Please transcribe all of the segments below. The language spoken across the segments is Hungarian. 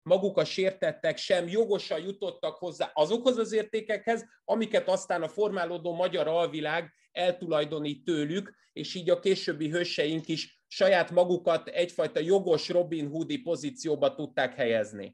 maguk a sértettek sem jogosan jutottak hozzá azokhoz az értékekhez, amiket aztán a formálódó magyar alvilág eltulajdonít tőlük, és így a későbbi hőseink is saját magukat egyfajta jogos Robin Hoodi pozícióba tudták helyezni.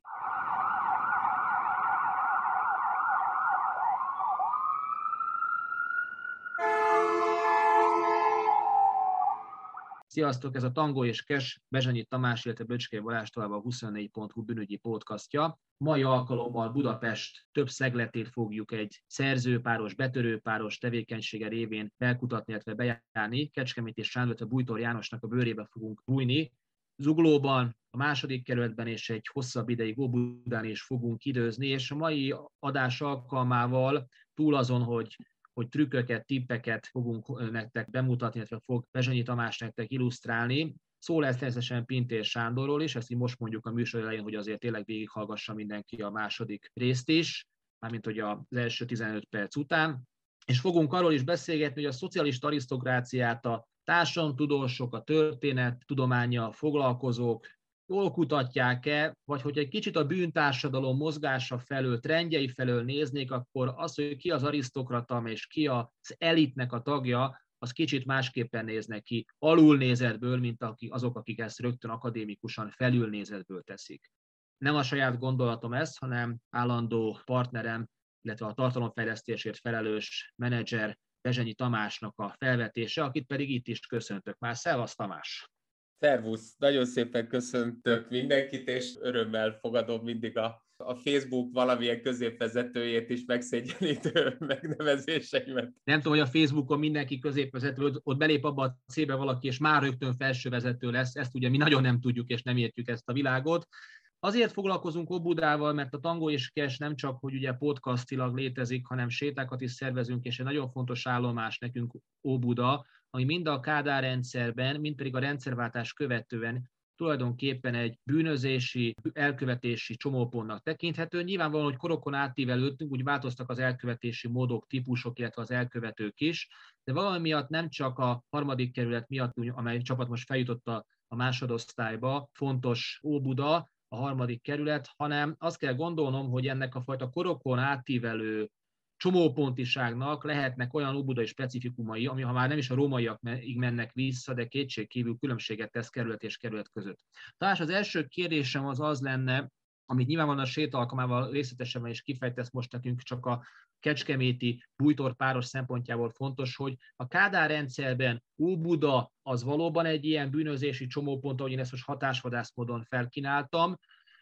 Sziasztok, ez a Tango és Cash, Bezsenyi Tamás, illetve Böcskei Balázs tovább a 24.hu bűnügyi podcastja. Mai alkalommal Budapest több szegletét fogjuk egy szerzőpáros, betörőpáros tevékenysége révén felkutatni, illetve bejárni. Kecskemét és Sándor, illetve Bújtor Jánosnak a bőrébe fogunk bújni. Zuglóban, a második kerületben és egy hosszabb ideig Óbudán is fogunk időzni, és a mai adás alkalmával túl azon, hogy trükköket, tippeket fogunk nektek bemutatni, illetve fog Bezsenyi Tamás nektek illusztrálni. Szó lesz természetesen Pintér Sándorról is, ezt így most mondjuk a műsor elején, hogy azért tényleg végighallgassa mindenki a második részt is, mármint hogy az első 15 perc után. És fogunk arról is beszélgetni, hogy a szocialista arisztokráciát a társadalomtudósok, a történettudománnyal foglalkozók jól kutatják-e, vagy hogy egy kicsit a bűntársadalom mozgása felől, trendjei felől néznék, akkor az, hogy ki az arisztokrata és ki az elitnek a tagja, az kicsit másképpen néznek ki alulnézetből, mint azok, akik ezt rögtön akadémikusan felülnézetből teszik. Nem a saját gondolatom ez, hanem állandó partnerem, illetve a tartalomfejlesztésért felelős menedzser Bezsenyi Tamásnak a felvetése, akit pedig itt is köszöntök már. Szevasz, Tamás! Szervusz! Nagyon szépen köszöntök mindenkit, és örömmel fogadom mindig a Facebook valamilyen középvezetőjét is megszégyenítő megnevezéseimet. Nem tudom, hogy a Facebookon mindenki középvezető, ott belép abba a célbe valaki, és már rögtön felsővezető lesz. Ezt ugye mi nagyon nem tudjuk, és nem értjük ezt a világot. Azért foglalkozunk Óbudával, mert a Tango és Cash nem csak, hogy ugye podcastilag létezik, hanem sétákat is szervezünk, és egy nagyon fontos állomás nekünk Óbuda, ami mind a Kádár rendszerben, mind pedig a rendszerváltás követően tulajdonképpen egy bűnözési, elkövetési csomópontnak tekinthető. Nyilvánvalóan, hogy korokon átívelődtünk, úgy változtak az elkövetési módok, típusok, illetve az elkövetők is, de valami miatt nem csak a harmadik kerület miatt, amely csapat most feljutott a másodosztályba, fontos Óbuda, a harmadik kerület, hanem azt kell gondolnom, hogy ennek a fajta korokon átívelő csomópontiságnak lehetnek olyan óbudai specifikumai, ami ha már nem is a rómaiakig mennek vissza, de kétségkívül különbséget tesz kerület és kerület között. Talán az első kérdésem az lenne, amit nyilvánvalóan a séta alkalmával részletesebben is kifejtesz most nekünk, csak a kecskeméti Bújtor páros szempontjából fontos, hogy a Kádár rendszerben Óbuda az valóban egy ilyen bűnözési csomópont, ahogy én ezt most hatásvadász módon felkínáltam,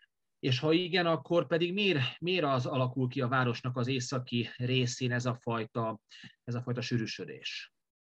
és ha igen, akkor pedig miért az alakul ki a városnak az északi részén ez a fajta sűrűsödés?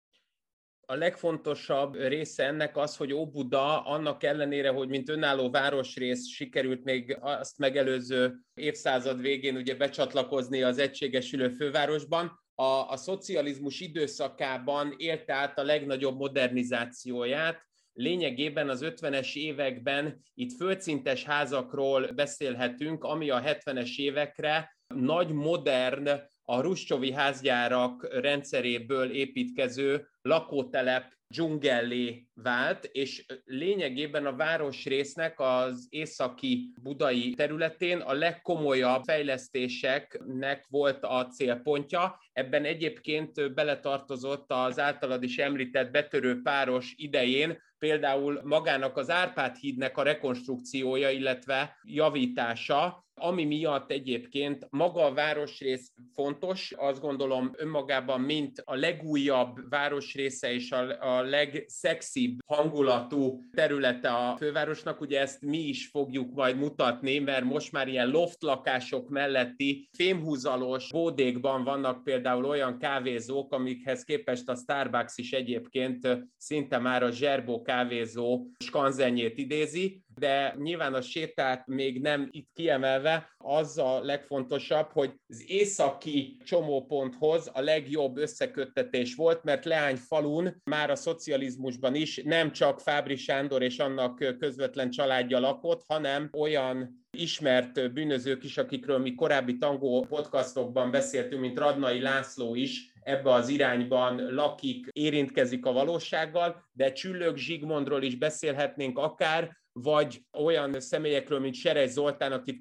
A legfontosabb része ennek az, hogy Óbuda annak ellenére, hogy mint önálló városrész sikerült még azt megelőző évszázad végén ugye becsatlakozni az egységesülő fővárosban, a szocializmus időszakában élte át a legnagyobb modernizációját. Lényegében az 50-es években itt földszintes házakról beszélhetünk, ami a 70-es évekre nagy modern, a Hruscsovi házgyárak rendszeréből építkező lakótelep dzsungellé vált, és lényegében a városrésznek az északi budai területén a legkomolyabb fejlesztéseknek volt a célpontja. Ebben egyébként beletartozott az általad is említett betörőpáros idején például magának az Árpád-hídnek a rekonstrukciója, illetve javítása, ami miatt egyébként maga a városrész fontos, azt gondolom önmagában, mint a legújabb városrésze és a legszexibb hangulatú területe a fővárosnak. Ugye ezt mi is fogjuk majd mutatni, mert most már ilyen loftlakások melletti fémhúzalos bódékban vannak például olyan kávézók, amikhez képest a Starbucks is egyébként szinte már a Zserbó kávézó skanzenjét idézi, de nyilván a sétát még nem itt kiemelve, az a legfontosabb, hogy az északi csomóponthoz a legjobb összeköttetés volt, mert Leányfalun már a szocializmusban is nem csak Fábry Sándor és annak közvetlen családja lakott, hanem olyan ismert bűnözők is, akikről mi korábbi Tango podcastokban beszéltünk, mint Radnai László is ebbe az irányban lakik, érintkezik a valósággal, de Csüllök Zsigmondról is beszélhetnénk akár, vagy olyan személyekről, mint Seres Zoltán, akit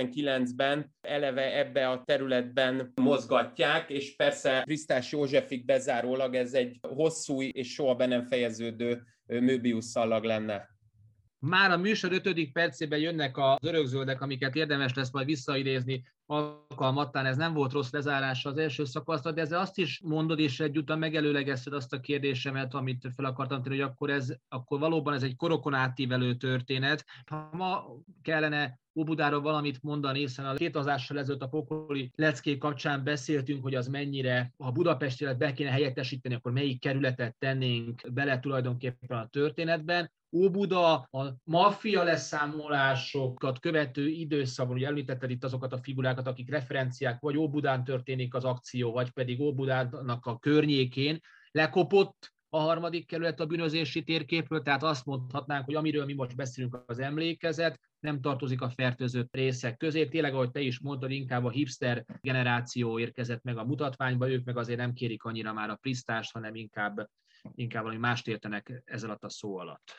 99-ben eleve ebbe a területben mozgatják, és persze Frisztás Józsefig bezárólag ez egy hosszú és soha be nem fejeződő Möbius szallag lenne. Már a műsor 5. percében jönnek az örökzöldek, amiket érdemes lesz majd visszaidézni alkalmattán. Ez nem volt rossz lezárása az első szakaszra, de ezzel azt is mondod, és egyúttal megelőlegezted azt a kérdésemet, amit fel akartam tenni, hogy akkor valóban ez egy korokon átívelő történet. Ha ma kellene Óbudáról valamit mondani, hiszen a 2 adással ezelőtt a pokoli leckék kapcsán beszéltünk, hogy az mennyire, ha Budapestet be kéne helyettesíteni, akkor melyik kerületet tennénk bele tulajdonképpen a történetben. Óbuda a maffia leszámolásokat követő időszakban, ugye említetted itt azokat a figurákat, akik referenciák, vagy Óbudán történik az akció, vagy pedig Óbudának a környékén, lekopott a 3. kerület a bűnözési térképről, tehát azt mondhatnánk, hogy amiről mi most beszélünk, az emlékezet, nem tartozik a fertőzött részek közé. Tényleg, ahogy te is mondtad, inkább a hipster generáció érkezett meg a mutatványba, ők meg azért nem kérik annyira már a Frisztást, hanem inkább valami mást értenek ez alatt a szó alatt.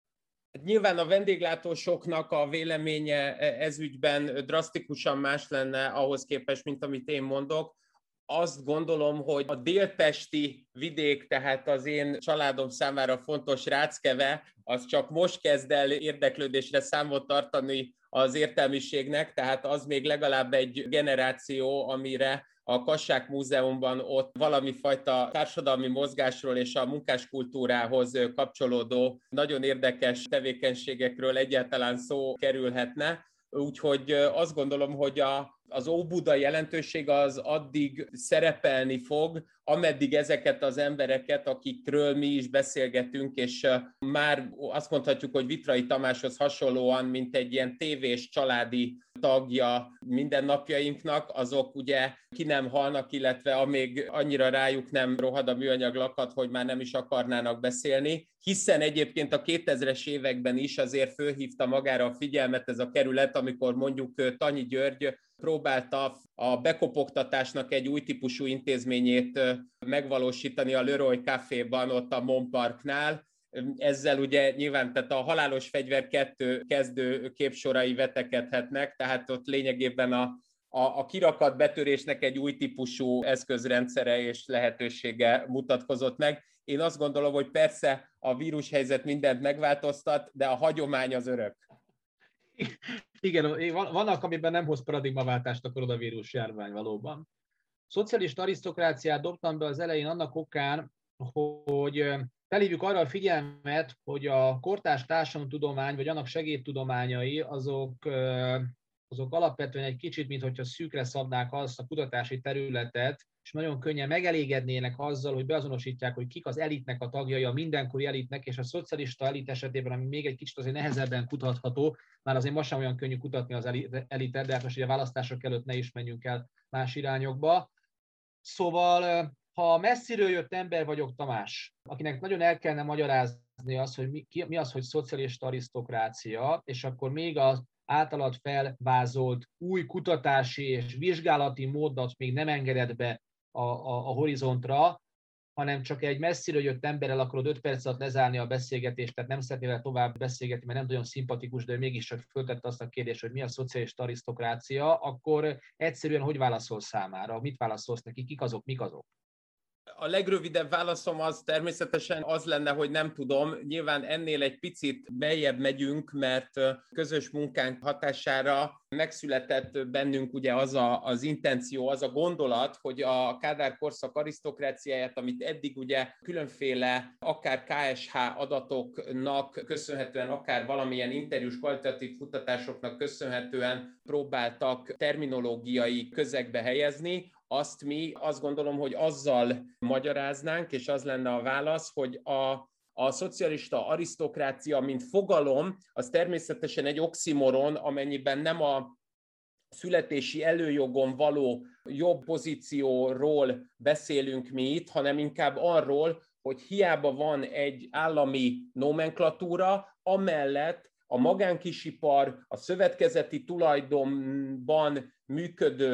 Nyilván a vendéglátósoknak a véleménye ezügyben drasztikusan más lenne ahhoz képest, mint amit én mondok. Azt gondolom, hogy a délpesti vidék, tehát az én családom számára fontos Ráckeve, az csak most kezd el érdeklődésre számot tartani az értelmiségnek, tehát az még legalább egy generáció, amire a Kassák Múzeumban ott valami fajta társadalmi mozgásról és a munkáskultúrához kapcsolódó nagyon érdekes tevékenységekről egyáltalán szó kerülhetne. Úgyhogy azt gondolom, hogy az Óbuda jelentőség az addig szerepelni fog, ameddig ezeket az embereket, akikről mi is beszélgetünk, és már azt mondhatjuk, hogy Vitrai Tamáshoz hasonlóan, mint egy ilyen tévés családi tagja mindennapjainknak, azok ugye ki nem halnak, illetve amíg annyira rájuk nem rohad a műanyag lakat, hogy már nem is akarnának beszélni, hiszen egyébként a 2000-es években is azért fölhívta magára a figyelmet ez a kerület, amikor mondjuk Tanyi György próbálta a bekopogtatásnak egy új típusú intézményét megvalósítani a Leroy Caféban, ott a Montparknál. Ezzel ugye nyilván tehát a Halálos Fegyver 2 kezdő képsorai vetekedhetnek, tehát ott lényegében a kirakat betörésnek egy új típusú eszközrendszere és lehetősége mutatkozott meg. Én azt gondolom, hogy persze a vírushelyzet mindent megváltoztat, de a hagyomány az örök. Igen, vannak, amiben nem hoz paradigmaváltást a koronavírus járvány valóban. Szocialista arisztokráciát dobtam be az elején annak okán, hogy felhívjuk arra a figyelmet, hogy a kortárs társadalomtudomány, vagy annak segédtudományai, azok alapvetően egy kicsit, mintha szűkre szabnák azt a kutatási területet, és nagyon könnyen megelégednének azzal, hogy beazonosítják, hogy kik az elitnek a tagjai, a mindenkori elitnek, és a szocialista elit esetében, ami még egy kicsit azért nehezebben kutatható, már azért most sem olyan könnyű kutatni az elitet, de hát most ugye a választások előtt ne is menjünk el más irányokba. Szóval, ha messziről jött ember vagyok, Tamás, akinek nagyon el kellene magyarázni azt, hogy mi az, hogy szocialista arisztokrácia, és akkor még az általad felvázolt új kutatási és vizsgálati módot még nem engedett be a horizontra, hanem csak egy messziről jött emberrel akarod 5 perc alatt lezárni a beszélgetést, tehát nem szeretnél vele tovább beszélgetni, mert nem nagyon szimpatikus, de mégiscsak föltette azt a kérdést, hogy mi a szocialista arisztokrácia, akkor egyszerűen hogy válaszol számára? Mit válaszolsz neki? Kik azok, mik azok? A legrövidebb válaszom az természetesen az lenne, hogy nem tudom. Nyilván ennél egy picit beljebb megyünk, mert közös munkánk hatására megszületett bennünk ugye az intenció, az a gondolat, hogy a Kádár korszak arisztokráciáját, amit eddig ugye különféle akár KSH adatoknak köszönhetően, akár valamilyen interjús kvalitatív kutatásoknak köszönhetően próbáltak terminológiai közegbe helyezni, azt mi azt gondolom, hogy azzal magyaráznánk, és az lenne a válasz, hogy a szocialista arisztokrácia, mint fogalom, az természetesen egy oximoron, amennyiben nem a születési előjogon való jobb pozícióról beszélünk mi itt, hanem inkább arról, hogy hiába van egy állami nomenklatúra, amellett a magánkisipar, a szövetkezeti tulajdonban működő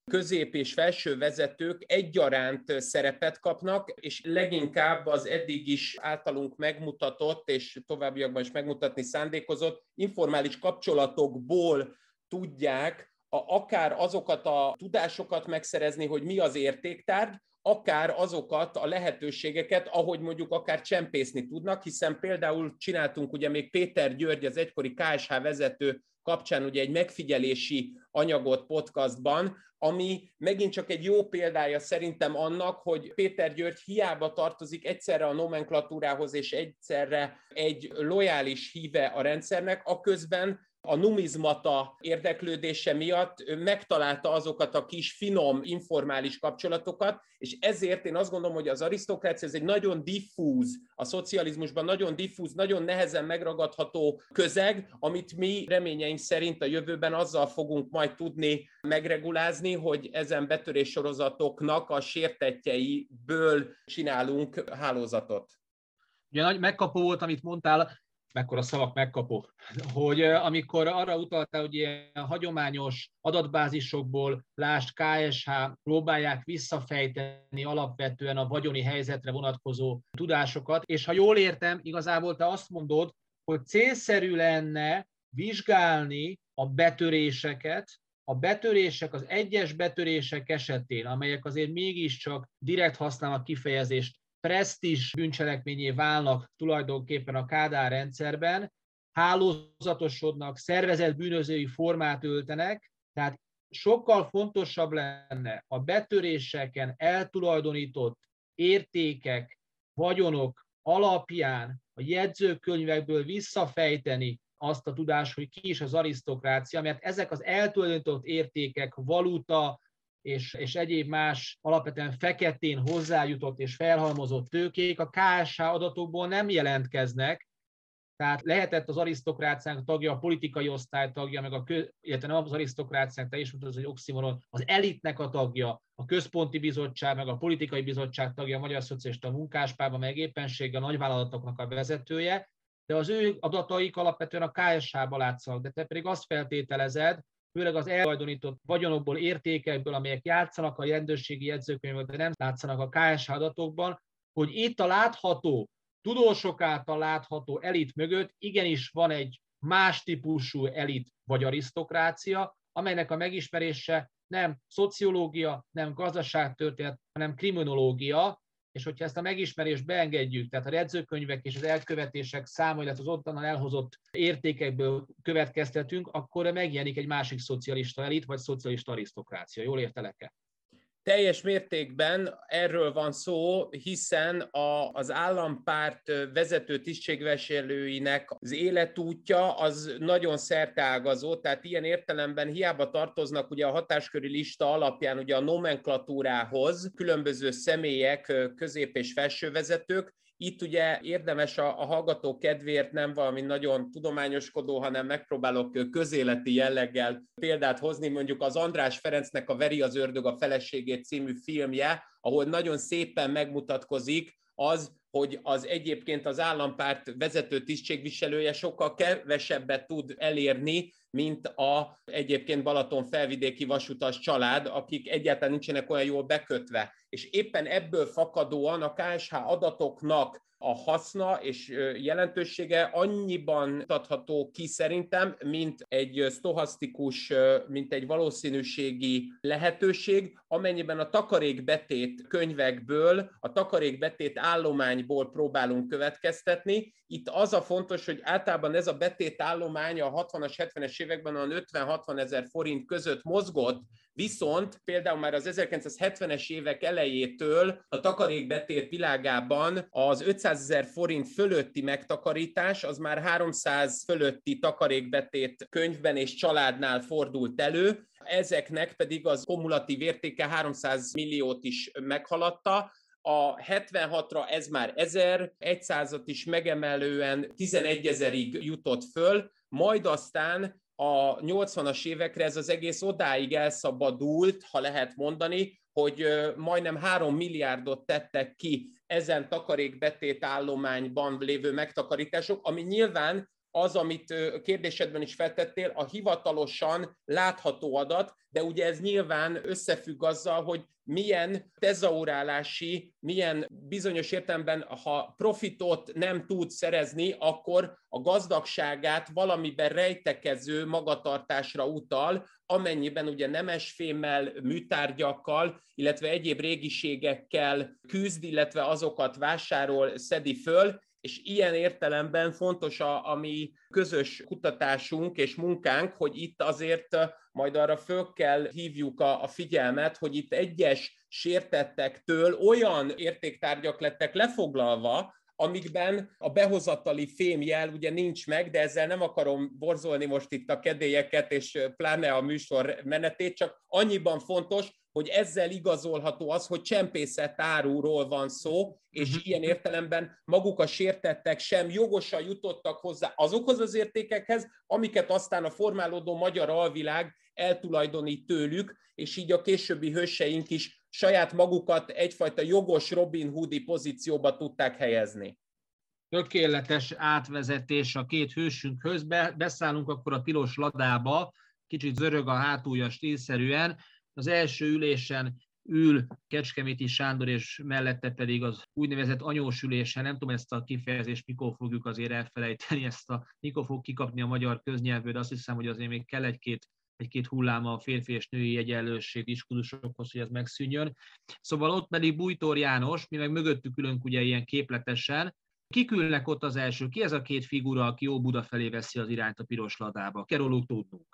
közép- és felső vezetők egyaránt szerepet kapnak, és leginkább az eddig is általunk megmutatott, és továbbiakban is megmutatni szándékozott informális kapcsolatokból tudják akár azokat a tudásokat megszerezni, hogy mi az értéktárgy, akár azokat a lehetőségeket, ahogy mondjuk akár csempészni tudnak, hiszen például csináltunk ugye még Péter György, az egykori KSH vezető kapcsán ugye egy megfigyelési anyagot podcastban, ami megint csak egy jó példája szerintem annak, hogy Péter György hiába tartozik egyszerre a nomenklatúrához és egyszerre egy lojális híve a rendszernek, aközben a numizmata érdeklődése miatt megtalálta azokat a kis, finom, informális kapcsolatokat, és ezért én azt gondolom, hogy az arisztokrácia ez egy nagyon diffúz, a szocializmusban nagyon diffúz, nagyon nehezen megragadható közeg, amit mi reményeink szerint a jövőben azzal fogunk majd tudni megregulázni, hogy ezen betöréssorozatoknak a sértettjeiből csinálunk hálózatot. Ugye nagy megkapó volt, amit mondtál, mekkora szavak megkapó, hogy amikor arra utaltál, hogy ilyen hagyományos adatbázisokból, lásd KSH, próbálják visszafejteni alapvetően a vagyoni helyzetre vonatkozó tudásokat, és ha jól értem, igazából te azt mondod, hogy célszerű lenne vizsgálni a betöréseket, a betörések, az egyes betörések esetén, amelyek azért mégiscsak direkt használnak kifejezést, presztízs bűncselekményé válnak tulajdonképpen a Kádár rendszerben, hálózatosodnak, szervezett bűnözői formát öltenek, tehát sokkal fontosabb lenne a betöréseken eltulajdonított értékek, vagyonok alapján a jegyzőkönyvekből visszafejteni azt a tudást, hogy ki is az arisztokrácia, mert ezek az eltulajdonított értékek, valuta, és egyéb más alapvetően feketén hozzájutott és felhalmozott tőkék a KSH adatokból nem jelentkeznek, tehát lehetett az arisztokráciánk tagja, a politikai osztály tagja, illetve nem az arisztokráciánk, te is mondtad, hogy oximoron, az elitnek a tagja, a központi bizottság, meg a politikai bizottság tagja, a Magyar Szocialista Munkáspárban, meg éppenséggel a nagyvállalatoknak a vezetője, de az ő adataik alapvetően a KSH-ba látszanak, de te pedig azt feltételezed, főleg az eltulajdonított vagyonokból, értékekből, amelyek játszanak a rendőrségi jegyzőkönyvben, de nem látszanak a KSH adatokban, hogy itt a látható, tudósok által látható elit mögött igenis van egy más típusú elit vagy arisztokrácia, amelynek a megismerése nem szociológia, nem gazdaságtörténet, hanem kriminológia, és hogyha ezt a megismerést beengedjük, tehát a jegyzőkönyvek és az elkövetések száma, illetve az ottan elhozott értékekből következtetünk, akkor megjelenik egy másik szocialista elit, vagy szocialista arisztokrácia. Jól értelek-e? Teljes mértékben erről van szó, hiszen az állampárt vezető tisztségviselőinek az életútja az nagyon szerteágazó, tehát ilyen értelemben hiába tartoznak ugye a hatásköri lista alapján ugye a nomenklatúrához különböző személyek, közép- és felsővezetők. Itt ugye érdemes a hallgató kedvéért nem valami nagyon tudományoskodó, hanem megpróbálok közéleti jelleggel példát hozni, mondjuk az András Ferencnek a Veri az ördög a feleségét című filmje, ahol nagyon szépen megmutatkozik az, hogy az egyébként az állampárt vezető tisztségviselője sokkal kevesebbet tud elérni, mint egyébként Balaton felvidéki vasutas család, akik egyáltalán nincsenek olyan jól bekötve. És éppen ebből fakadóan a KSH adatoknak a haszna és jelentősége annyiban adható ki szerintem, mint egy sztochasztikus, mint egy valószínűségi lehetőség, amennyiben a takarékbetét könyvekből, a takarékbetét állományból próbálunk következtetni. Itt az a fontos, hogy általában ez a betétállomány a 60-as, 70-es években a 50-60 ezer forint között mozgott, viszont például már az 1970-es évek elejétől a takarékbetét világában az 500 000 forint fölötti megtakarítás, az már 300 fölötti takarékbetét könyvben és családnál fordult elő, ezeknek pedig az kumulatív értéke 300 milliót is meghaladta. A 76-ra ez már 1100-at is megemelően 11 000-ig jutott föl, majd aztán a 80-as évekre ez az egész odáig elszabadult, ha lehet mondani, hogy majdnem 3 milliárdot tettek ki ezen takarékbetét állományban lévő megtakarítások, ami nyilván az, amit kérdésedben is feltettél, a hivatalosan látható adat, de ugye ez nyilván összefügg azzal, hogy milyen tezaurálási, milyen bizonyos értelemben, ha profitot nem tud szerezni, akkor a gazdagságát valamiben rejtekező magatartásra utal, amennyiben ugye nemesfémmel, műtárgyakkal, illetve egyéb régiségekkel küzd, illetve azokat vásárol, szedi föl, és ilyen értelemben fontos a mi közös kutatásunk és munkánk, hogy itt azért majd arra föl kell hívjuk a figyelmet, hogy itt egyes sértettektől olyan értéktárgyak lettek lefoglalva, amikben a behozatali fémjel ugye nincs meg, de ezzel nem akarom borzolni most itt a kedélyeket, és pláne a műsor menetét, csak annyiban fontos, hogy ezzel igazolható az, hogy csempészett áruról van szó, és ilyen értelemben maguk a sértettek sem jogosan jutottak hozzá azokhoz az értékekhez, amiket aztán a formálódó magyar alvilág eltulajdonít tőlük, és így a későbbi hőseink is saját magukat egyfajta jogos Robin Hoodi pozícióba tudták helyezni. Tökéletes átvezetés a két hősünkhöz. Beszállunk akkor a tilos ladába, kicsit zörög a hátulja stílszerűen. Az első ülésen ül Kecskeméti Sándor, és mellette pedig az úgynevezett anyós ülésen, nem tudom ezt a kifejezést, mikor fogjuk azért elfelejteni, mikor fog kikapni a magyar köznyelvből, de azt hiszem, hogy azért még kell egy-két hulláma a férfi és női egyenlőség diskurzusokhoz, hogy ez megszűnjön. Szóval ott pedig Bújtor János, mi meg mögöttük ülünk ugye ilyen képletesen. Kik ülnek ott az első? Ki ez a két figura, aki Óbuda felé veszi az irányt a piros ladába? Kell róluk tudnunk.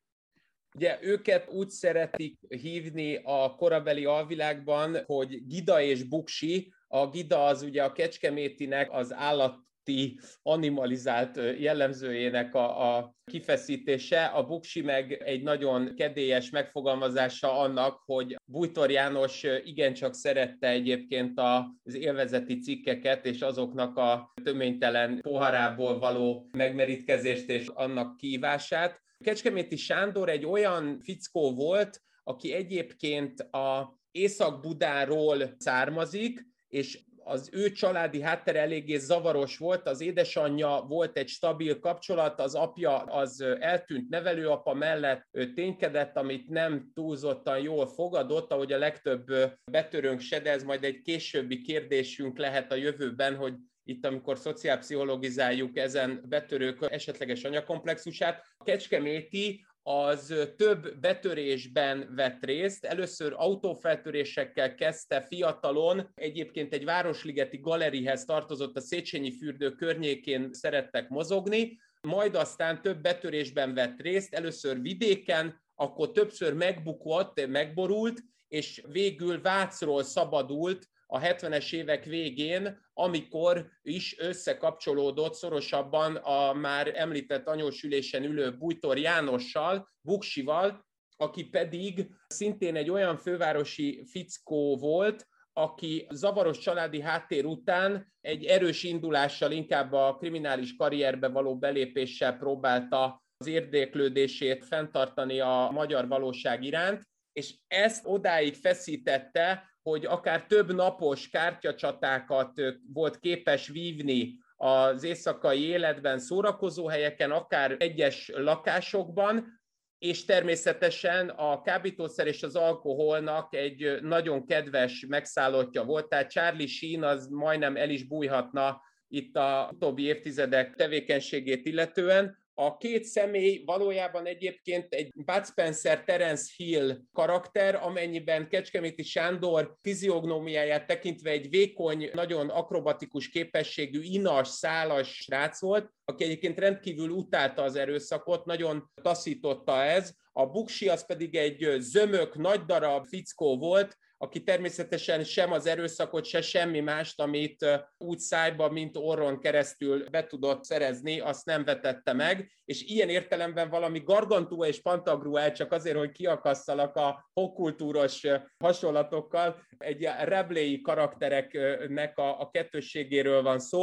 Ugye őket úgy szeretik hívni a korabeli alvilágban, hogy Gida és Buksi. A Gida az ugye a Kecskemétinek az állati animalizált jellemzőjének a kifeszítése, a Buksi meg egy nagyon kedélyes megfogalmazása annak, hogy Bújtor János igencsak szerette egyébként az élvezeti cikkeket, és azoknak a töménytelen poharából való megmerítkezést és annak kívását. Kecskeméti Sándor egy olyan fickó volt, aki egyébként a Észak-Budáról származik, és az ő családi háttere eléggé zavaros volt, az édesanyja volt egy stabil kapcsolat, az apja az eltűnt nevelőapa mellett ténykedett, amit nem túlzottan jól fogadott, ahogy a legtöbb betörőnk se, de ez majd egy későbbi kérdésünk lehet a jövőben, hogy itt, amikor szociálpszichologizáljuk ezen betörők esetleges anyakomplexusát, a Kecskeméti az több betörésben vett részt. Először autófeltörésekkel kezdte fiatalon, egyébként egy városligeti galerihez tartozott, a Széchenyi fürdő környékén szerettek mozogni, majd aztán több betörésben vett részt, először vidéken, akkor többször megbukott, megborult, és végül Vácról szabadult a 70-es évek végén, amikor is összekapcsolódott szorosabban a már említett anyós ülésen ülő Bújtor Jánossal, Buksival, aki pedig szintén egy olyan fővárosi fickó volt, aki zavaros családi háttér után egy erős indulással, inkább a kriminális karrierbe való belépéssel próbálta az érdeklődését fenntartani a magyar valóság iránt, és ezt odáig feszítette, hogy akár több napos kártyacsatákat volt képes vívni az éjszakai életben, szórakozóhelyeken, akár egyes lakásokban, és természetesen a kábítószer és az alkoholnak egy nagyon kedves megszállottja volt, tehát Charlie Sheen az majdnem el is bújhatna itt a utóbbi évtizedek tevékenységét illetően. A két személy valójában egyébként egy Bud Spencer, Terence Hill karakter, amennyiben Kecskeméti Sándor fiziognómiáját tekintve egy vékony, nagyon akrobatikus képességű, inas, szálas srác volt, aki egyébként rendkívül utálta az erőszakot, nagyon taszította ez. A Buksi az pedig egy zömök, nagy darab fickó volt, aki természetesen sem az erőszakot, se semmi mást, amit úgy szájba, mint orron keresztül be tudott szerezni, azt nem vetette meg, és ilyen értelemben valami Gargantua és Pantagruel, csak azért, hogy kiakasszalak a popkultúros hasonlatokkal, egy Rabelais karaktereknek a kettősségéről van szó,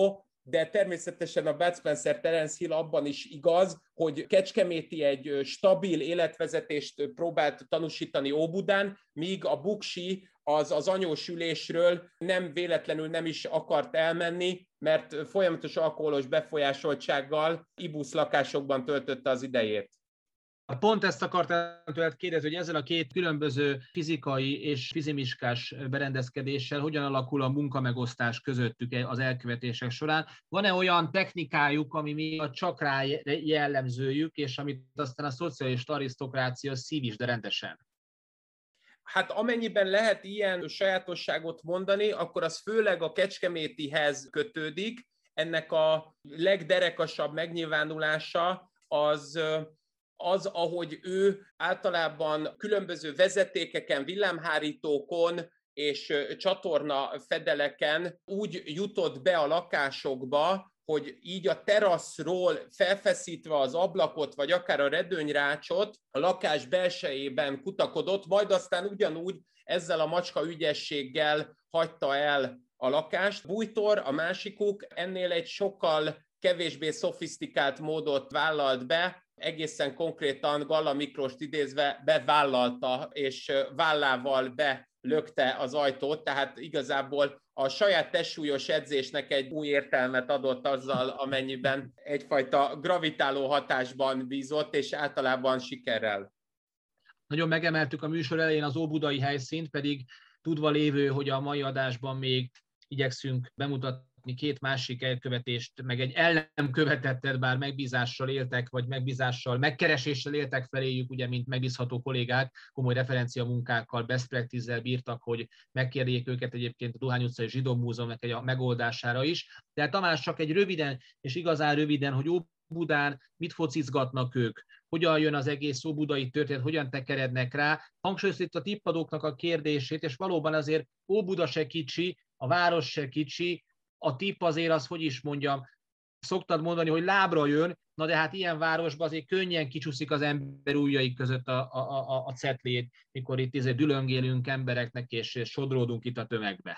de természetesen a Bud Spencer Terence Hill abban is igaz, hogy Kecskeméti egy stabil életvezetést próbált tanúsítani Óbudán, míg a Buksi az anyósülésről nem véletlenül nem is akart elmenni, mert folyamatos alkoholos befolyásoltsággal ibusz lakásokban töltötte az idejét. Pont ezt akartam tőled kérdezni, hogy ezzel a két különböző fizikai és fizimiskás berendezkedéssel hogyan alakul a munkamegosztás közöttük az elkövetések során. Van-e olyan technikájuk, ami miatt csak rá jellemzőjük, és amit aztán a szocialista arisztokrácia szív is, de rendesen? Hát amennyiben lehet ilyen sajátosságot mondani, akkor az főleg a Kecskemétihez kötődik. Ennek a legderekasabb megnyilvánulása az, ahogy ő általában különböző vezetékeken, villámhárítókon és csatorna fedeleken úgy jutott be a lakásokba, hogy így a teraszról felfeszítve az ablakot, vagy akár a redőnyrácsot a lakás belsejében kutakodott, majd aztán ugyanúgy ezzel a macska ügyességgel hagyta el a lakást. Bújtor, a másikuk ennél egy sokkal kevésbé szofisztikált módot vállalt be, egészen konkrétan Galla Miklost idézve bevállalta, és vállával belökte az ajtót, tehát igazából a saját testsúlyos edzésnek egy új értelmet adott azzal, amennyiben egyfajta gravitáló hatásban bízott, és általában sikerrel. Nagyon megemeltük a műsor elején az óbudai helyszínt, pedig tudva lévő, hogy a mai adásban még igyekszünk bemutatni két másik elkövetést, meg egy el nem követettet, bár megbízással éltek, vagy megbízással, megkereséssel éltek feléjük, ugye, mint megbízható kollégák, komoly referencia munkákkal, best practice-zel bírtak, hogy megkérjék őket egyébként a Dohány utcai Zsidó Múzeumnak a megoldására is. De Tamás, csak egy röviden, és igazán röviden, hogy Óbudán mit focizgatnak ők, hogyan jön az egész óbudai történet, hogyan tekerednek rá. Hangsúlyozta itt a tippadóknak a kérdését, és valóban azért Óbuda se kicsi, a város se kicsi, a tipp azért az, hogy is mondjam, szoktad mondani, hogy lábra jön, na de hát ilyen városban azért könnyen kicsúszik az ember ujjai között a cetlét, mikor itt dülöngélünk embereknek, és sodródunk itt a tömegbe.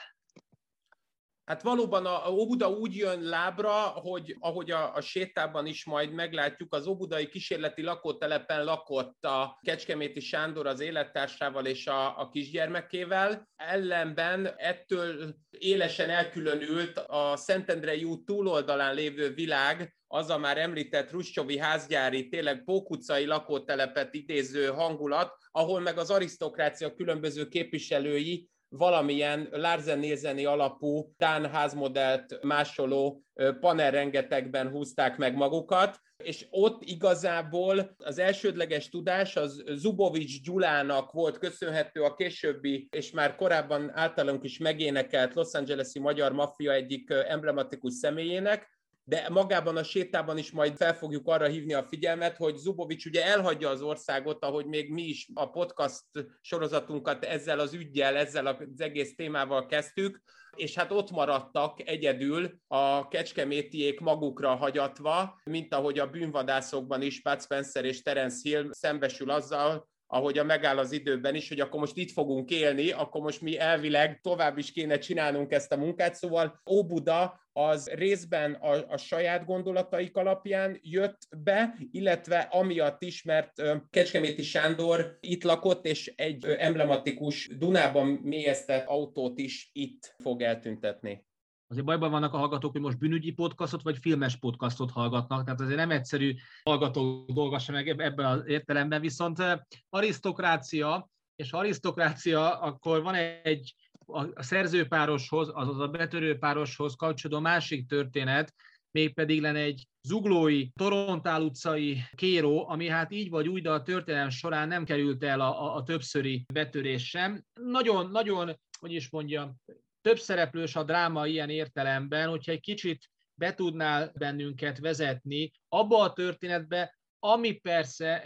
Hát valóban a Óbuda úgy jön lábra, hogy ahogy a sétában is majd meglátjuk, az óbudai kísérleti lakótelepen lakott a Kecskeméti Sándor az élettársával és a kisgyermekével. Ellenben ettől élesen elkülönült a Szentendrei út túloldalán lévő világ, az a már említett Hruscsovi házgyári, tényleg pókutcai lakótelepet idéző hangulat, ahol meg az arisztokrácia különböző képviselői valamilyen Larsen-Nielseni alapú dán házmodellt másoló panelrengetegben húzták meg magukat, és ott igazából az elsődleges tudás az Zubovics Gyulának volt köszönhető, a későbbi és már korábban általunk is megénekelt Los Angeles-i magyar maffia egyik emblematikus személyének, de magában a sétában is majd fel fogjuk arra hívni a figyelmet, hogy Zubovics ugye elhagyja az országot, ahogy még mi is a podcast sorozatunkat ezzel az üggyel, ezzel az egész témával kezdtük, és hát ott maradtak egyedül a kecskemétiék magukra hagyatva, mint ahogy a bűnvadászokban is Bud Spencer és Terence Hill szembesül azzal, ahogy a megáll az időben is, hogy akkor most itt fogunk élni, akkor most mi elvileg tovább is kéne csinálnunk ezt a munkát. Szóval Óbuda az részben a saját gondolataik alapján jött be, illetve amiatt is, mert Kecskeméti Sándor itt lakott, és egy emblematikus Dunában mélyeztett autót is itt fog eltüntetni. Azért bajban vannak a hallgatók, hogy most bűnügyi podcastot vagy filmes podcastot hallgatnak, tehát azért nem egyszerű hallgató dolga sem meg ebben az értelemben, viszont arisztokrácia, és ha arisztokrácia, akkor van egy a szerzőpároshoz, azaz a betörőpároshoz kapcsolódó másik történet, mégpedig lenne egy zuglói, Torontál utcai kéró, ami hát így vagy úgy, de a történelem során nem került el a többszöri betörés sem. Nagyon, hogy is mondjam, több szereplős a dráma ilyen értelemben, hogyha egy kicsit be tudnál bennünket vezetni abba a történetbe, ami persze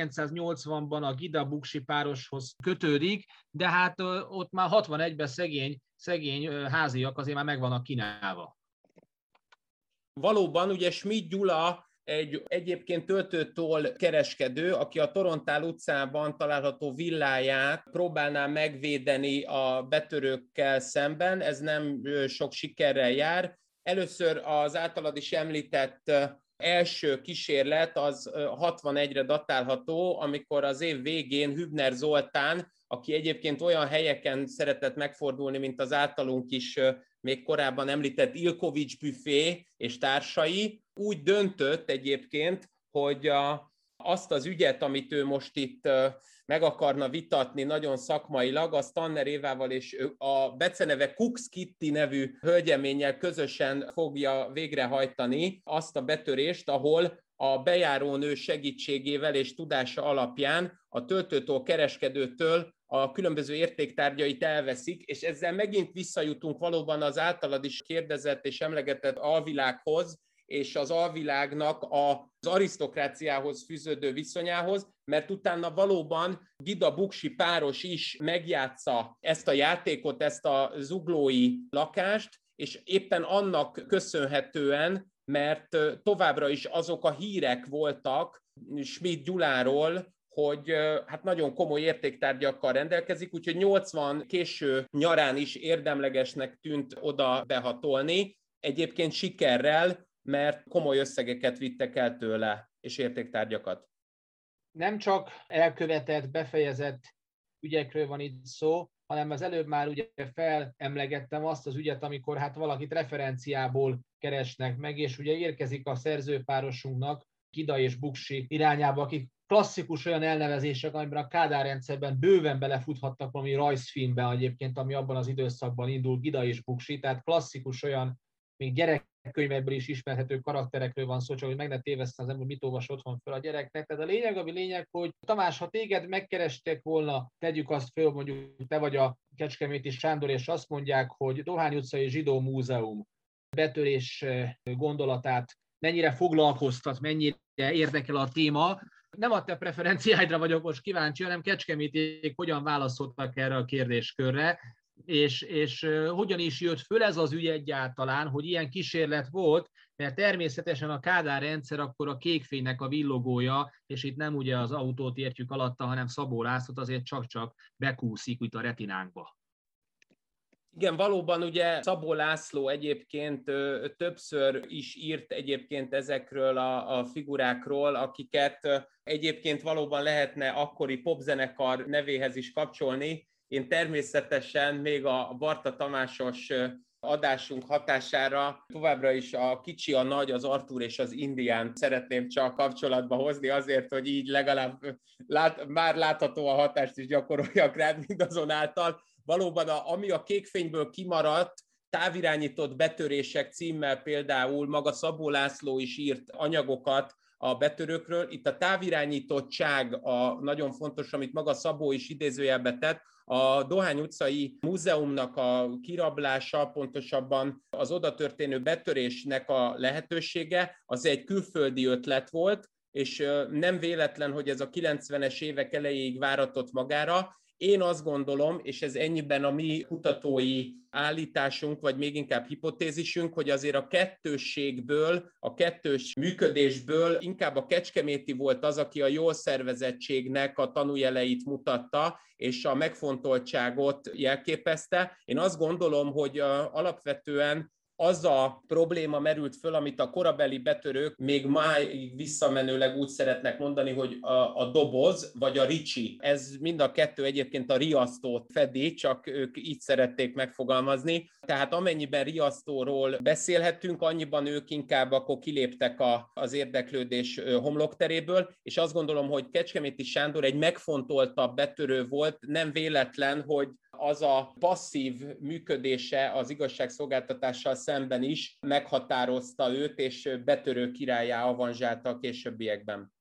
1980-ban a Gida-Buksi pároshoz kötődik, de hát ott már 61-ben szegény háziak azért már meg vannak kínálva. Valóban, ugye Schmidt Gyula egy egyébként töltőtoll kereskedő, aki a Torontál utcában található villáját próbálná megvédeni a betörőkkel szemben, ez nem sok sikerrel jár, Először az általad is említett első kísérlet az 61-re datálható, amikor az év végén Hübner Zoltán, aki egyébként olyan helyeken szeretett megfordulni, mint az általunk is még korábban említett Ilkovics büfé és társai, úgy döntött egyébként, hogy azt az ügyet, amit ő most itt meg akarna vitatni nagyon szakmailag, az Tanner Évával és a beceneve Cooks Kitty nevű hölgyeménnyel közösen fogja végrehajtani azt a betörést, ahol a bejárónő segítségével és tudása alapján a töltőtől, kereskedőtől a különböző értéktárgyait elveszik, és ezzel megint visszajutunk valóban az általad is kérdezett és emlegetett alvilághoz, és az alvilágnak az arisztokráciához fűződő viszonyához, mert utána valóban Gida Buksi páros is megjátsza ezt a játékot, ezt a zuglói lakást, és éppen annak köszönhetően, mert továbbra is azok a hírek voltak Schmidt Gyuláról, hogy hát nagyon komoly értéktárgyakkal rendelkezik, úgyhogy 80 késő nyarán is érdemlegesnek tűnt oda behatolni, egyébként sikerrel, mert komoly összegeket vittek el tőle, és értéktárgyakat. Nem csak elkövetett, befejezett ügyekről van itt szó, hanem az előbb már ugye felemlegettem azt az ügyet, amikor hát valakit referenciából keresnek meg, és ugye érkezik a szerzőpárosunknak, Gida és Buksi irányába, akik klasszikus olyan elnevezések, amiben a Kádár rendszerben bőven belefuthattak valami rajzfilmbe egyébként, ami abban az időszakban indul, Gida és Buksi, tehát klasszikus olyan, még gyerekkönyvekből is ismerhető karakterekről van szó, csak hogy meg ne téveszten az ember, mit olvas otthon föl a gyereknek. Tehát a lényeg, hogy Tamás, ha téged megkerestek volna, tegyük azt föl, mondjuk te vagy a Kecskeméti Sándor, és azt mondják, hogy Dohány utcai Zsidó Múzeum betörés gondolatát mennyire foglalkoztat, mennyire érdekel a téma. Nem a te preferenciáidra vagyok most kíváncsi, hanem Kecskemétiek hogyan válaszoltak erre a kérdéskörre, és hogyan is jött föl ez az ügy egyáltalán, hogy ilyen kísérlet volt, mert természetesen a Kádár rendszer akkor a kékfénynek a villogója, és itt nem ugye az autót értjük alatta, hanem Szabó Lászlót azért csak-csak bekúszik itt a retinánkba. Igen, valóban ugye Szabó László egyébként többször is írt egyébként ezekről a figurákról, akiket egyébként valóban lehetne akkori popzenekar nevéhez is kapcsolni. Én természetesen még a Barta Tamásos adásunk hatására továbbra is a kicsi, a nagy, az Artúr és az Indián szeretném csak kapcsolatba hozni azért, hogy így legalább már látható a hatást is gyakoroljak rád mindazonáltal. Valóban, ami a kékfényből kimaradt, távirányított betörések címmel például maga Szabó László is írt anyagokat a betörőkről. Itt a távirányítottság nagyon fontos, amit maga Szabó is idézőjelbe tett. A Dohány utcai múzeumnak a kirablása, pontosabban az oda történő betörésnek a lehetősége, az egy külföldi ötlet volt, és nem véletlen, hogy ez a 90-es évek elejéig váratott magára. Én azt gondolom, és ez ennyiben a mi kutatói állításunk, vagy még inkább hipotézisünk, hogy azért a kettősségből, a kettős működésből inkább a kecskeméti volt az, aki a jól szervezettségnek a tanújeleit mutatta, és a megfontoltságot jelképezte. Én azt gondolom, hogy alapvetően az a probléma merült föl, amit a korabeli betörők még máig visszamenőleg úgy szeretnek mondani, hogy a doboz vagy a ricsi. Ez mind a kettő egyébként a riasztót fedi, csak ők így szerették megfogalmazni. Tehát amennyiben riasztóról beszélhetünk, annyiban ők inkább akkor kiléptek az érdeklődés homlokteréből, és azt gondolom, hogy Kecskeméti Sándor egy megfontoltabb betörő volt, nem véletlen, hogy az a passzív működése az igazságszolgáltatással szemben is meghatározta őt, és betörő királlyá avanzsálta a későbbiekben.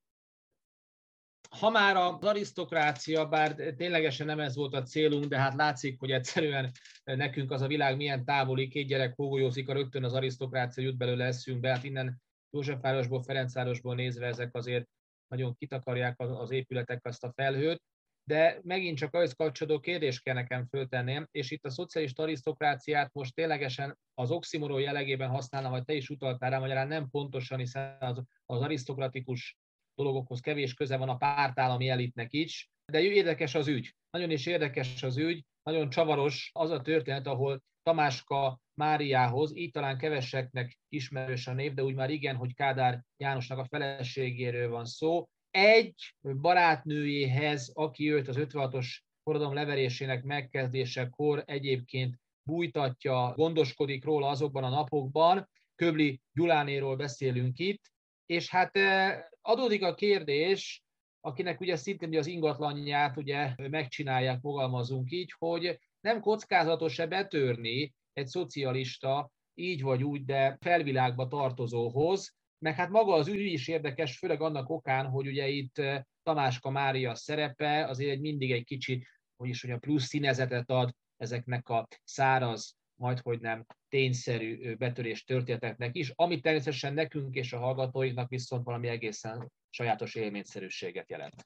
Ha már az arisztokrácia, bár ténylegesen nem ez volt a célunk, de hát látszik, hogy egyszerűen nekünk az a világ milyen távoli, 2 gyerek hógolyózik, rögtön az arisztokrácia jut belőle eszünkbe, hát innen Józsefvárosból, Ferencvárosból nézve ezek azért nagyon kitakarják az épületek azt a felhőt, de megint csak ahhoz kapcsolódó kérdést kell nekem föltenném, és itt a szocialista arisztokráciát most ténylegesen az oximoron jellegében használom, vagy te is utaltál rá, magyarán nem pontosan, hiszen az arisztokratikus dolgokhoz kevés köze van a pártállami elitnek is, de érdekes az ügy. Nagyon is érdekes az ügy, nagyon csavaros az a történet, ahol Tamáska Máriához, így talán keveseknek ismerős a név, de úgy már igen, hogy Kádár Jánosnak a feleségéről van szó. Egy barátnőjéhez, aki őt az 56-os forradalom leverésének megkezdésekor egyébként bújtatja, gondoskodik róla azokban a napokban, Köbli Gyulánéról beszélünk itt, és hát adódik a kérdés, akinek ugye szintén az ingatlanját ugye megcsinálják, fogalmazunk így, hogy nem kockázatos-e betörni egy szocialista, így vagy úgy, de felvilágba tartozóhoz, meg hát maga az ügy is érdekes, főleg annak okán, hogy ugye itt Tamáska Mária szerepe azért mindig egy kicsit, hogy is mondjam, plusz színezetet ad ezeknek a száraz, majdhogy nem tényszerű betörés történeteknek is, ami természetesen nekünk és a hallgatóinknak viszont valami egészen sajátos élményszerűséget jelent.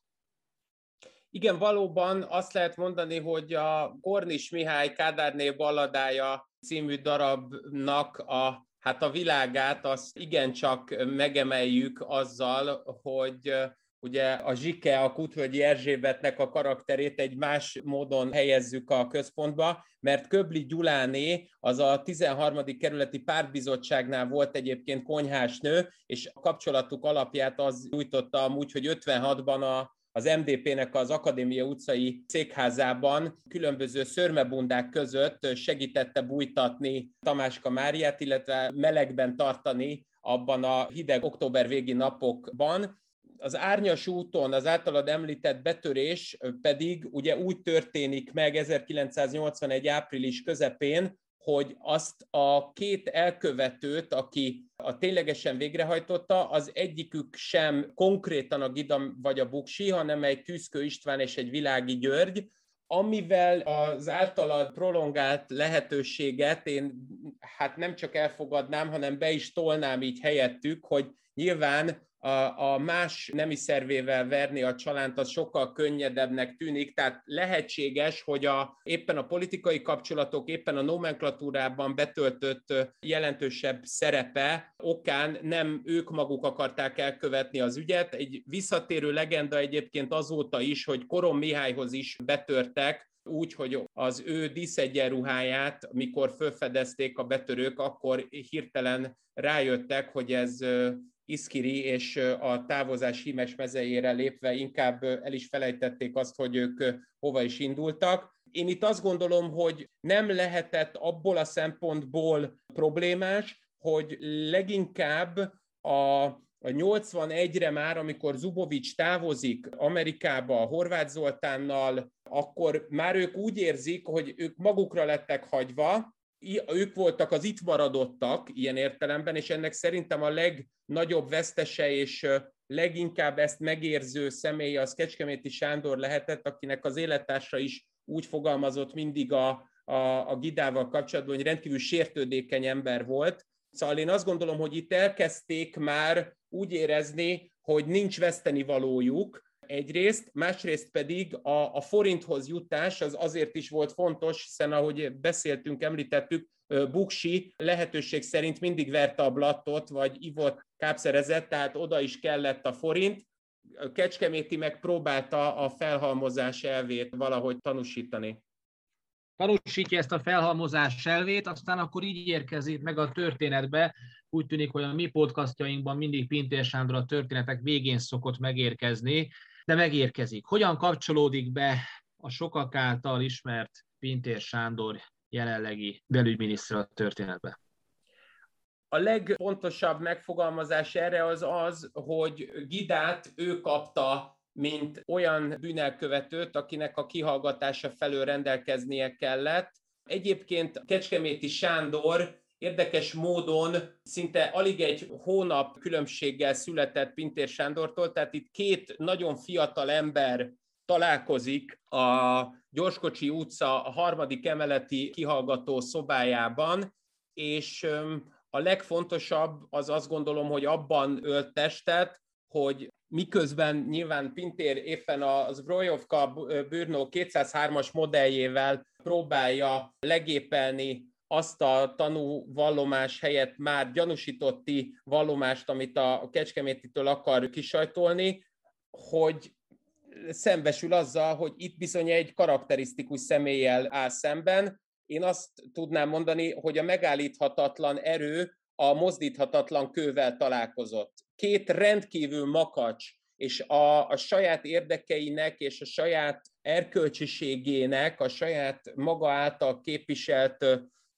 Igen, valóban azt lehet mondani, hogy a Kornis Mihály Kádárné balladája című darabnak a világát azt igencsak megemeljük azzal, hogy ugye a Zsike, a Kutvölgyi Erzsébetnek a karakterét egy más módon helyezzük a központba, mert Köbli Gyuláné az a 13. kerületi pártbizottságnál volt egyébként konyhásnő, és a kapcsolatuk alapját az nyújtotta amúgy, hogy 56-ban az MDP-nek az Akadémia utcai székházában különböző szörmebundák között segítette bújtatni Tamáska Máriát, illetve melegben tartani abban a hideg október végi napokban. Az Árnyas úton az általad említett betörés pedig ugye úgy történik meg 1981. április közepén, hogy azt a két elkövetőt, aki ténylegesen végrehajtotta, az egyikük sem konkrétan a Gida vagy a Buksi, hanem egy Tűzkő István és egy Világi György, amivel az általad prolongált lehetőséget én nem csak elfogadnám, hanem be is tolnám így helyettük, hogy nyilván a más nemi szervével verni a csalánt az sokkal könnyedebbnek tűnik, tehát lehetséges, hogy éppen a politikai kapcsolatok, éppen a nomenklatúrában betöltött jelentősebb szerepe okán nem ők maguk akarták elkövetni az ügyet. Egy visszatérő legenda egyébként azóta is, hogy Koron Mihályhoz is betörtek, úgy, hogy az ő díszegyenruháját, mikor felfedezték a betörők, akkor hirtelen rájöttek, hogy ez Iszkiri, és a távozás hímes mezejére lépve inkább el is felejtették azt, hogy ők hova is indultak. Én itt azt gondolom, hogy nem lehetett abból a szempontból problémás, hogy leginkább a 81-re már, amikor Zubovics távozik Amerikába Horváth Zoltánnal, akkor már ők úgy érzik, hogy ők magukra lettek hagyva, ők voltak az itt maradottak ilyen értelemben, és ennek szerintem a legnagyobb vesztese és leginkább ezt megérző személy az Kecskeméti Sándor lehetett, akinek az élettársa is úgy fogalmazott mindig a Gidával kapcsolatban, hogy rendkívül sértődékeny ember volt. Szóval én azt gondolom, hogy itt elkezdték már úgy érezni, hogy nincs vesztenivalójuk egyrészt, másrészt pedig a forinthoz jutás az azért is volt fontos, hiszen ahogy beszéltünk, említettük, Buksi lehetőség szerint mindig verte a blattot, vagy ivott kápszerezett, tehát oda is kellett a forint. Kecskeméti meg próbálta a felhalmozás elvét valahogy tanúsítani. Tanúsítja ezt a felhalmozás elvét, aztán akkor így érkezik meg a történetbe. Úgy tűnik, hogy a mi podcastjainkban mindig Pintér Sándor a történetek végén szokott megérkezni, de megérkezik. Hogyan kapcsolódik be a sokak által ismert Pintér Sándor jelenlegi belügyminiszter a történetbe? A legfontosabb megfogalmazás erre az, hogy Gidát ő kapta, mint olyan bűnelkövetőt, akinek a kihallgatása felől rendelkeznie kellett. Egyébként Kecskeméti Sándor érdekes módon szinte alig egy hónap különbséggel született Pintér Sándortól, tehát itt két nagyon fiatal ember találkozik a Gyorskocsi utca a 3. emeleti kihallgató szobájában, és a legfontosabb az azt gondolom, hogy abban ölt testet, hogy miközben nyilván Pintér éppen a Zbrojovka Brno 203-as modelljével próbálja legépelni azt a tanúvallomás helyett már gyanúsítotti vallomást, amit a Kecskemétitől akar kisajtolni, hogy szembesül azzal, hogy itt bizony egy karakterisztikus személlyel áll szemben, én azt tudnám mondani, hogy a megállíthatatlan erő a mozdíthatatlan kővel találkozott. Két rendkívül makacs, és a saját érdekeinek és a saját erkölcsiségének, a saját maga által képviselt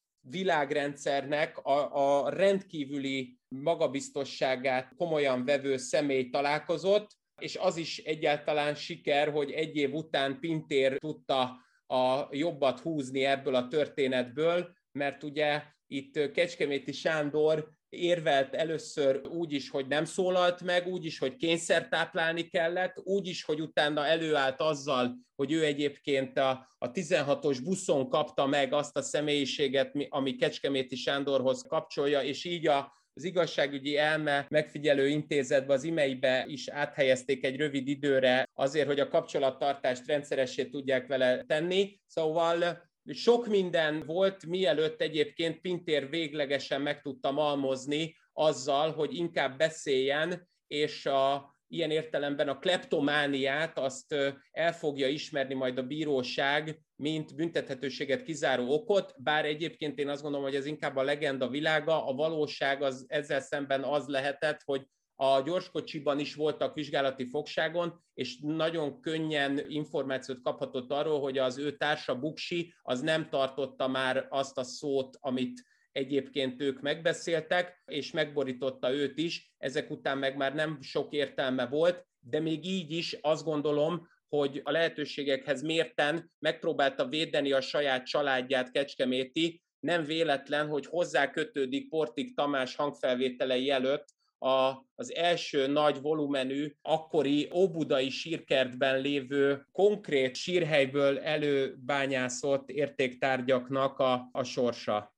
világrendszernek a rendkívüli magabiztosságát komolyan vevő személy találkozott, és az is egyáltalán siker, hogy egy év után Pintér tudta a jobbat húzni ebből a történetből, mert ugye itt Kecskeméti Sándor érvelt először úgy is, hogy nem szólalt meg, úgy is, hogy kényszertáplálni kellett, úgy is, hogy utána előállt azzal, hogy ő egyébként a 16-os buszon kapta meg azt a személyiséget, ami Kecskeméti Sándorhoz kapcsolja, és így az igazságügyi elme megfigyelő intézetbe, az IMEI-be is áthelyezték egy rövid időre azért, hogy a kapcsolattartást rendszeressé tudják vele tenni. Szóval sok minden volt, mielőtt egyébként Pintér véglegesen meg tudta malmozni azzal, hogy inkább beszéljen, és ilyen értelemben a kleptomániát azt el fogja ismerni majd a bíróság, mint büntethetőséget kizáró okot, bár egyébként én azt gondolom, hogy ez inkább a legenda világa, a valóság az ezzel szemben az lehetett, hogy a gyorskocsiban is voltak vizsgálati fogságon, és nagyon könnyen információt kaphatott arról, hogy az ő társa Buksi az nem tartotta már azt a szót, amit egyébként ők megbeszéltek, és megborította őt is, ezek után meg már nem sok értelme volt, de még így is azt gondolom, hogy a lehetőségekhez mérten megpróbálta védeni a saját családját Kecskeméti, nem véletlen, hogy hozzá kötődik Portik Tamás hangfelvételei előtt az első nagy volumenű, akkori óbudai sírkertben lévő konkrét sírhelyből előbányászott értéktárgyaknak a sorsa.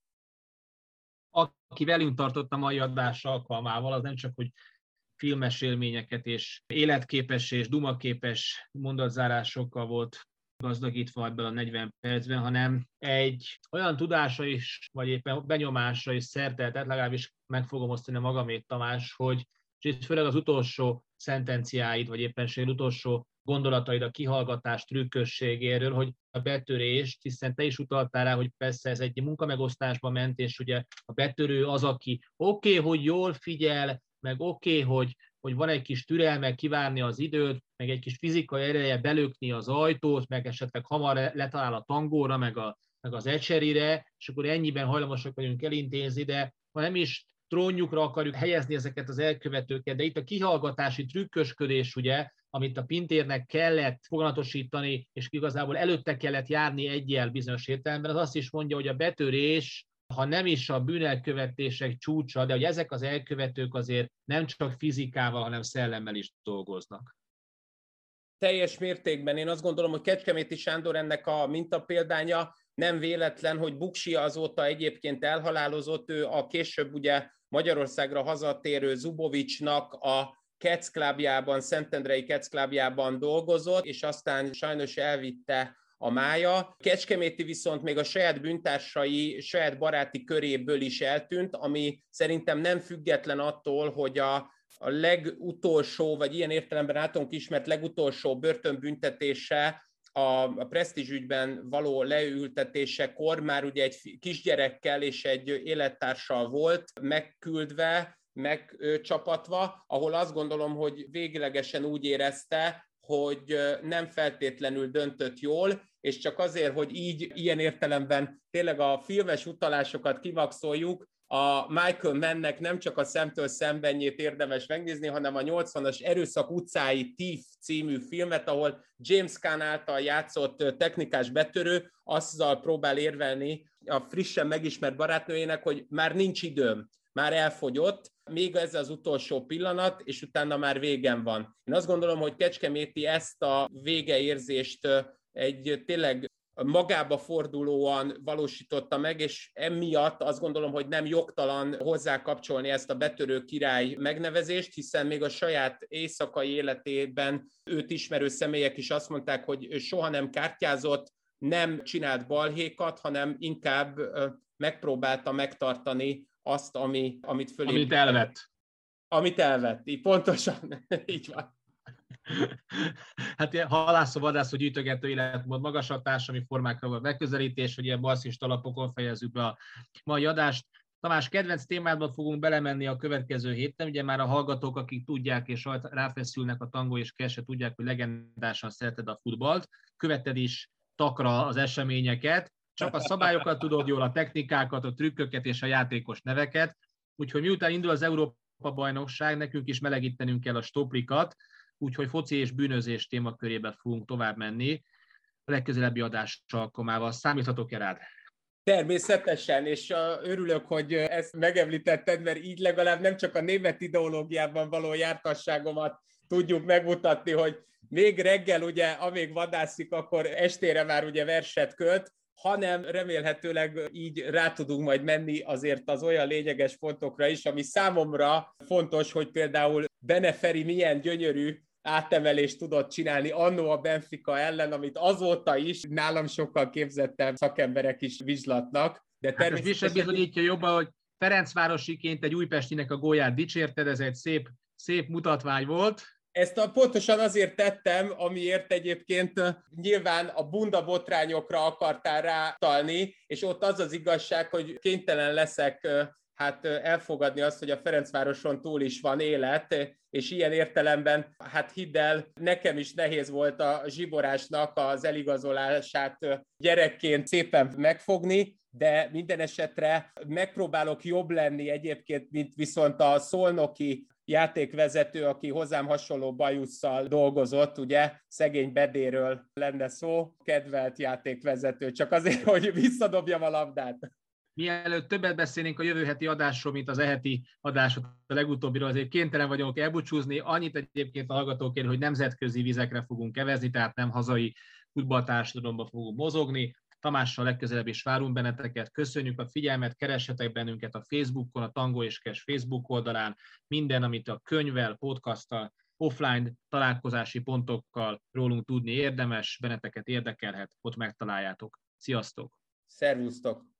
Aki velünk tartott a mai adás alkalmával, az nem csak, hogy filmes élményeket és életképes és dumaképes mondatzárásokkal volt gazdagítva ebből a 40 percben, hanem egy olyan tudása is, vagy éppen benyomása is szerteltet, legalábbis meg fogom osztani magamét, Tamás, hogy és itt főleg az utolsó szentenciáid, vagy éppenséggel utolsó gondolataid a kihallgatás trükkösségéről, hogy a betörést, hiszen te is utaltál rá, hogy persze ez egy munkamegosztásba ment, és ugye a betörő az, aki oké, hogy jól figyel, meg oké, hogy van egy kis türelme kivárni az időt, meg egy kis fizikai ereje belökni az ajtót, meg esetleg hamar letalál a tangóra, meg az ecserire, és akkor ennyiben hajlamosak vagyunk elintézni, de ha nem is trónjukra akarjuk helyezni ezeket az elkövetőket, de itt a kihallgatási trükkösködés, ugye, amit a Pintérnek kellett foganatosítani, és igazából előtte kellett járni egyel bizonyos értelemben, az azt is mondja, hogy a betörés, ha nem is a bűnelkövetések csúcsa, de hogy ezek az elkövetők azért nem csak fizikával, hanem szellemmel is dolgoznak. Teljes mértékben. Én azt gondolom, hogy Kecskeméti Sándor ennek a mintapéldánya, nem véletlen, hogy Buksi azóta egyébként elhalálozott, ő a később ugye Magyarországra hazatérő Zubovicsnak a Kec Clubjában, Szentendrei Kec Clubjában dolgozott, és aztán sajnos elvitte a mája. Kecskeméti viszont még a saját bűntársai, saját baráti köréből is eltűnt, ami szerintem nem független attól, hogy a legutolsó, vagy ilyen értelemben általunk ismert legutolsó börtönbüntetése a Prestige ügyben való leültetésekor már ugye egy kisgyerekkel és egy élettársal volt megküldve, megcsapatva, ahol azt gondolom, hogy véglegesen úgy érezte, hogy nem feltétlenül döntött jól, és csak azért, hogy így ilyen értelemben tényleg a filmes utalásokat kivakszoljuk, a Michael Mannnek nem csak a Szemtől szembenjét érdemes megnézni, hanem a 80-as Erőszak utcái Thief című filmet, ahol James Caan által játszott technikás betörő azzal próbál érvelni a frissen megismert barátnőjének, hogy már nincs időm, már elfogyott, még ez az utolsó pillanat, és utána már végem van. Én azt gondolom, hogy Kecskeméti ezt a végeérzést egy tényleg magába fordulóan valósította meg, és emiatt azt gondolom, hogy nem jogtalan hozzákapcsolni ezt a betörő király megnevezést, hiszen még a saját éjszakai életében őt ismerő személyek is azt mondták, hogy soha nem kártyázott, nem csinált balhékat, hanem inkább megpróbálta megtartani azt, amit fölé. Amit elvett. Amit elvett, így pontosan, így van. Hát ilyen halászó-vadászó gyűjtögető életmód, magasabb társadalmi formákra van megközelítés, hogy ilyen marxista alapokon fejezzük be a mai adást. Tamás, kedvenc témádba fogunk belemenni a következő héten. Ugye már a hallgatók, akik tudják és ráfeszülnek a tangó és kesse, tudják, hogy legendásan szereted a futballt, követed is takra az eseményeket, csak a szabályokat tudod jól, a technikákat, a trükköket és a játékos neveket. Úgyhogy miután indul az Európa-bajnokság, nekünk is melegítenünk kell a stoplikat, úgyhogy foci és bűnözés témakörébe fogunk tovább menni a legközelebbi adás alkalmával. Számíthatok-e rád? Természetesen, és örülök, hogy ezt megemlítetted, mert így legalább nem csak a német ideológiában való jártasságomat tudjuk megmutatni, hogy még reggel, ugye, amíg vadászik, akkor estére már ugye verset költ, hanem remélhetőleg így rá tudunk majd menni azért az olyan lényeges pontokra is, ami számomra fontos, hogy például Bene Feri milyen gyönyörű átemelést tudott csinálni annó a Benfica ellen, amit azóta is nálam sokkal képzettebb szakemberek is vizslatnak. De természetesen... Hát ez bizonyítja jobban, hogy Ferencvárosiként egy újpestinek a gólját dicsérted, ez egy szép mutatvány volt. Ezt pontosan azért tettem, amiért egyébként nyilván a bunda botrányokra akartál rátalni, és ott az az igazság, hogy kénytelen leszek elfogadni azt, hogy a Ferencvároson túl is van élet, és ilyen értelemben, hidd el, nekem is nehéz volt a Zsiborásnak az eligazolását gyerekként szépen megfogni, de minden esetre megpróbálok jobb lenni egyébként, mint viszont a szolnoki játékvezető, aki hozzám hasonló bajusszal dolgozott, ugye, szegény Bedéről lenne szó, kedvelt játékvezető, csak azért, hogy visszadobjam a labdát. Mielőtt többet beszélnénk a jövő heti adásról, mint az eheti adásot, a legutóbbiról, azért kénytelen vagyok elbúcsúzni. Annyit egyébként a hallgatókért, hogy nemzetközi vizekre fogunk kevezni, tehát nem hazai futballtársadalomba fogunk mozogni. Tamással legközelebb is várunk benneteket. Köszönjük a figyelmet, keressetek bennünket a Facebookon, a Tango és Cash Facebook oldalán. Minden, amit a könyvvel, podcasttal, offline találkozási pontokkal rólunk tudni érdemes, benneteket érdekelhet, ott megtaláljátok. Sziasztok! Szervusztok!